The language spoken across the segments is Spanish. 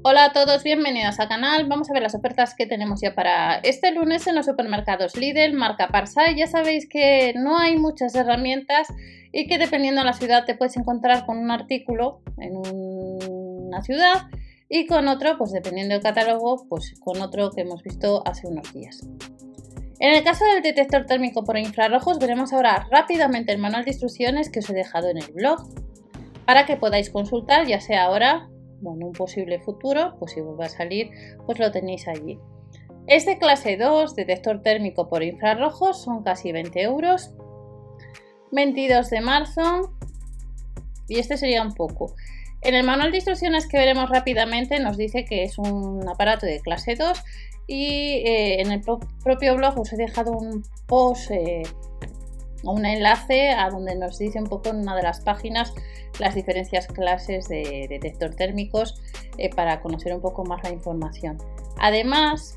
Hola a todos, bienvenidos al canal. Vamos a ver las ofertas que tenemos ya para este lunes en los supermercados Lidl, marca Parsai. Ya sabéis que no hay muchas herramientas y que dependiendo de la ciudad te puedes encontrar con un artículo en una ciudad y con otro, pues dependiendo del catálogo, pues con otro que hemos visto hace unos días. En el caso del detector térmico por infrarrojos, veremos ahora rápidamente el manual de instrucciones que os he dejado en el blog para que podáis consultar, ya sea ahora o en un posible futuro, pues si vuelve a salir, pues lo tenéis allí. Es de clase 2, detector térmico por infrarrojos, son casi 20 euros. 22 de marzo, y este sería un poco. En el manual de instrucciones que veremos rápidamente nos dice que es un aparato de clase 2 y en el propio blog os he dejado un post o un enlace a donde nos dice un poco en una de las páginas las diferentes clases de detector térmicos para conocer un poco más la información. Además,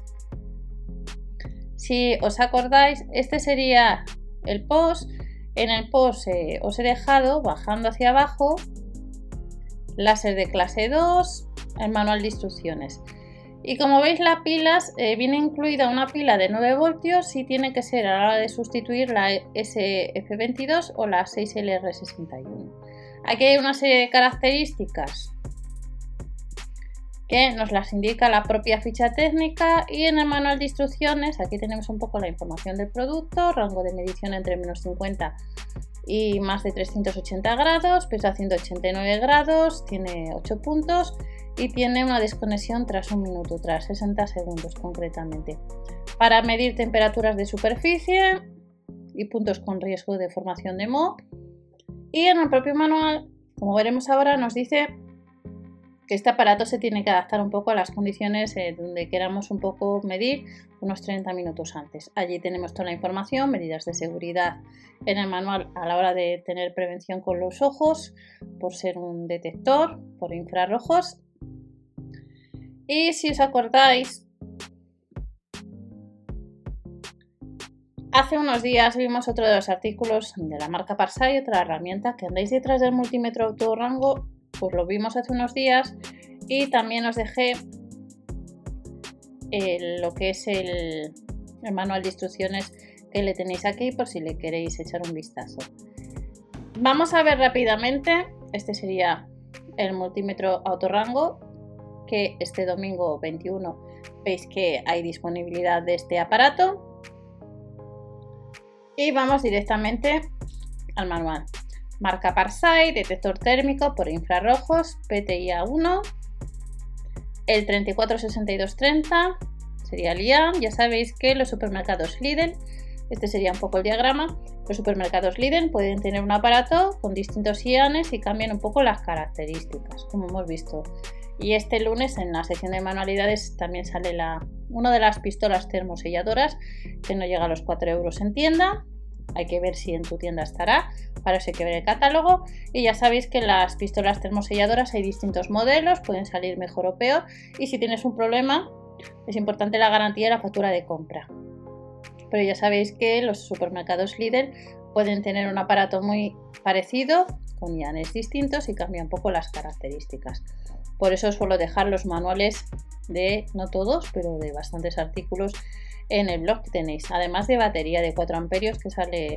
si os acordáis, este sería el post. En el post os he dejado, bajando hacia abajo, láser de clase 2, el manual de instrucciones. Y como veis, las pilas, viene incluida una pila de 9 voltios y tiene que ser a la hora de sustituir la SF22 o la 6LR61. Aquí hay una serie de características que nos las indica la propia ficha técnica y en el manual de instrucciones aquí tenemos un poco la información del producto, rango de medición entre menos 50 y más de 380 grados, pesa 189 grados, tiene 8 puntos y tiene una desconexión tras 1 minuto, tras 60 segundos concretamente, para medir temperaturas de superficie y puntos con riesgo de formación de moho. Y en el propio manual, como veremos ahora, nos dice que este aparato se tiene que adaptar un poco a las condiciones donde queramos un poco medir unos 30 minutos antes. Allí tenemos toda la información, medidas de seguridad en el manual a la hora de tener prevención con los ojos, por ser un detector por infrarrojos. Y si os acordáis, hace unos días vimos otro de los artículos de la marca Parsai, otra herramienta que andáis detrás del multímetro autorrango, pues lo vimos hace unos días y también os dejé lo que es el manual de instrucciones que le tenéis aquí por si le queréis echar un vistazo. Vamos a ver rápidamente, este sería el multímetro autorrango, que este domingo 21 veis que hay disponibilidad de este aparato y vamos directamente al manual. Marca Parsai, detector térmico por infrarrojos, PTIA 1, el 346230 sería el IAN. Ya sabéis que los supermercados Lidl, este sería un poco el diagrama, los supermercados Lidl pueden tener un aparato con distintos IANes y cambian un poco las características, como hemos visto. Y este lunes en la sección de manualidades también sale una de las pistolas termoselladoras que no llega a los 4 euros en tienda. Hay que ver si en tu tienda estará, para eso hay que ver el catálogo. Y ya sabéis que las pistolas termoselladoras hay distintos modelos, pueden salir mejor o peor. Y si tienes un problema, es importante la garantía y la factura de compra. Pero ya sabéis que los supermercados Lidl pueden tener un aparato muy parecido, con IANes distintos y cambia un poco las características. Por eso suelo dejar los manuales de, no todos, pero de bastantes artículos en el blog que tenéis, además de batería de 4 amperios que sale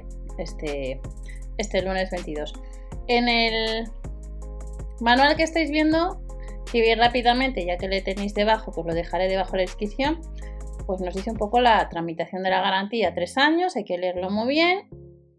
este lunes 22. En el manual que estáis viendo, si bien rápidamente, ya que le tenéis debajo, pues lo dejaré debajo de la descripción, pues nos dice un poco la tramitación de la garantía, 3 años, hay que leerlo muy bien.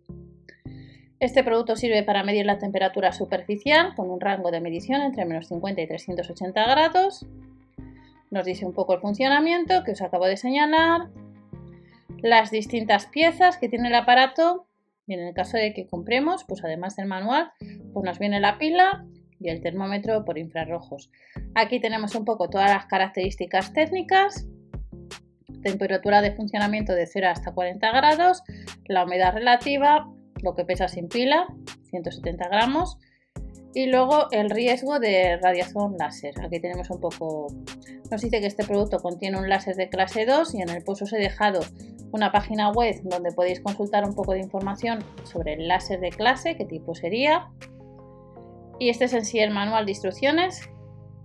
Este producto sirve para medir la temperatura superficial con un rango de medición entre menos 50 y 380 grados. Nos dice un poco el funcionamiento que os acabo de señalar, las distintas piezas que tiene el aparato y en el caso de que compremos, pues además del manual, pues nos viene la pila y el termómetro por infrarrojos. Aquí tenemos un poco todas las características técnicas, temperatura de funcionamiento de 0 hasta 40 grados, la humedad relativa, lo que pesa sin pila, 170 gramos, y luego el riesgo de radiación láser. Aquí tenemos un poco, nos dice que este producto contiene un láser de clase 2 y en el post os he dejado una página web donde podéis consultar un poco de información sobre el láser de clase, qué tipo sería. Y este es en sí el manual de instrucciones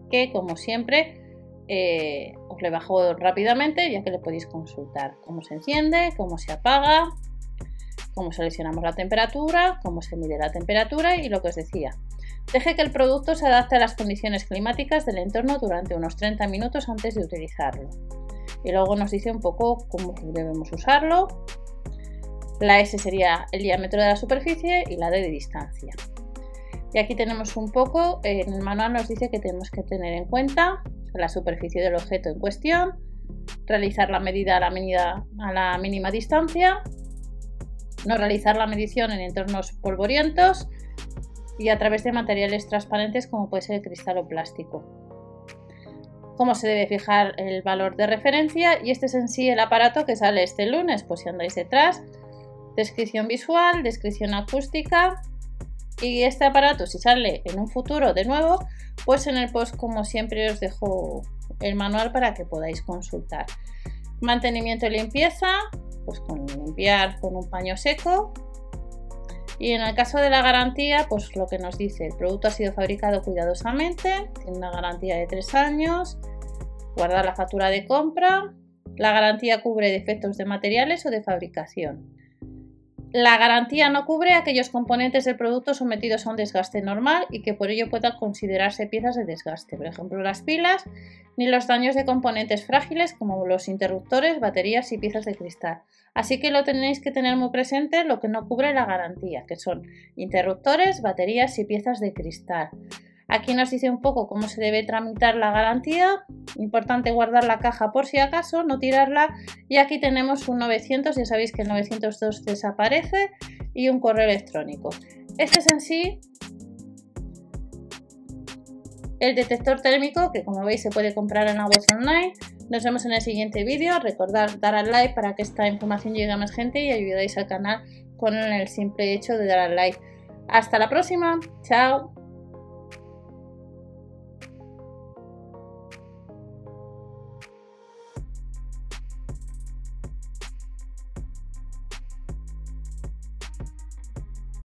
que como siempre os le bajo rápidamente, ya que le podéis consultar cómo se enciende, cómo se apaga, cómo seleccionamos la temperatura, cómo se mide la temperatura y lo que os decía. Deje que el producto se adapte a las condiciones climáticas del entorno durante unos 30 minutos antes de utilizarlo. Y luego nos dice un poco cómo debemos usarlo. La S sería el diámetro de la superficie y la D de distancia. Y aquí tenemos un poco, en el manual nos dice que tenemos que tener en cuenta la superficie del objeto en cuestión, realizar la medida a la mínima distancia, no realizar la medición en entornos polvorientos y a través de materiales transparentes como puede ser el cristal o plástico. Cómo se debe fijar el valor de referencia, y este es en sí el aparato que sale este lunes, pues si andáis detrás, descripción visual, descripción acústica, y este aparato si sale en un futuro de nuevo, pues en el post como siempre os dejo el manual para que podáis consultar. Mantenimiento y limpieza, pues con limpiar con un paño seco. Y en el caso de la garantía, pues lo que nos dice, el producto ha sido fabricado cuidadosamente, tiene una garantía de 3 años, guardar la factura de compra, la garantía cubre defectos de materiales o de fabricación. La garantía no cubre aquellos componentes del producto sometidos a un desgaste normal y que por ello puedan considerarse piezas de desgaste, por ejemplo las pilas, ni los daños de componentes frágiles como los interruptores, baterías y piezas de cristal. Así que lo tenéis que tener muy presente lo que no cubre la garantía, que son interruptores, baterías y piezas de cristal. Aquí nos dice un poco cómo se debe tramitar la garantía. Importante guardar la caja por si acaso, no tirarla. Y aquí tenemos un 900, ya sabéis que el 902 desaparece, y un correo electrónico. Este es en sí el detector térmico, que como veis se puede comprar en la web online. Nos vemos en el siguiente vídeo. Recordad dar al like para que esta información llegue a más gente y ayudáis al canal con el simple hecho de dar al like. Hasta la próxima. Chao.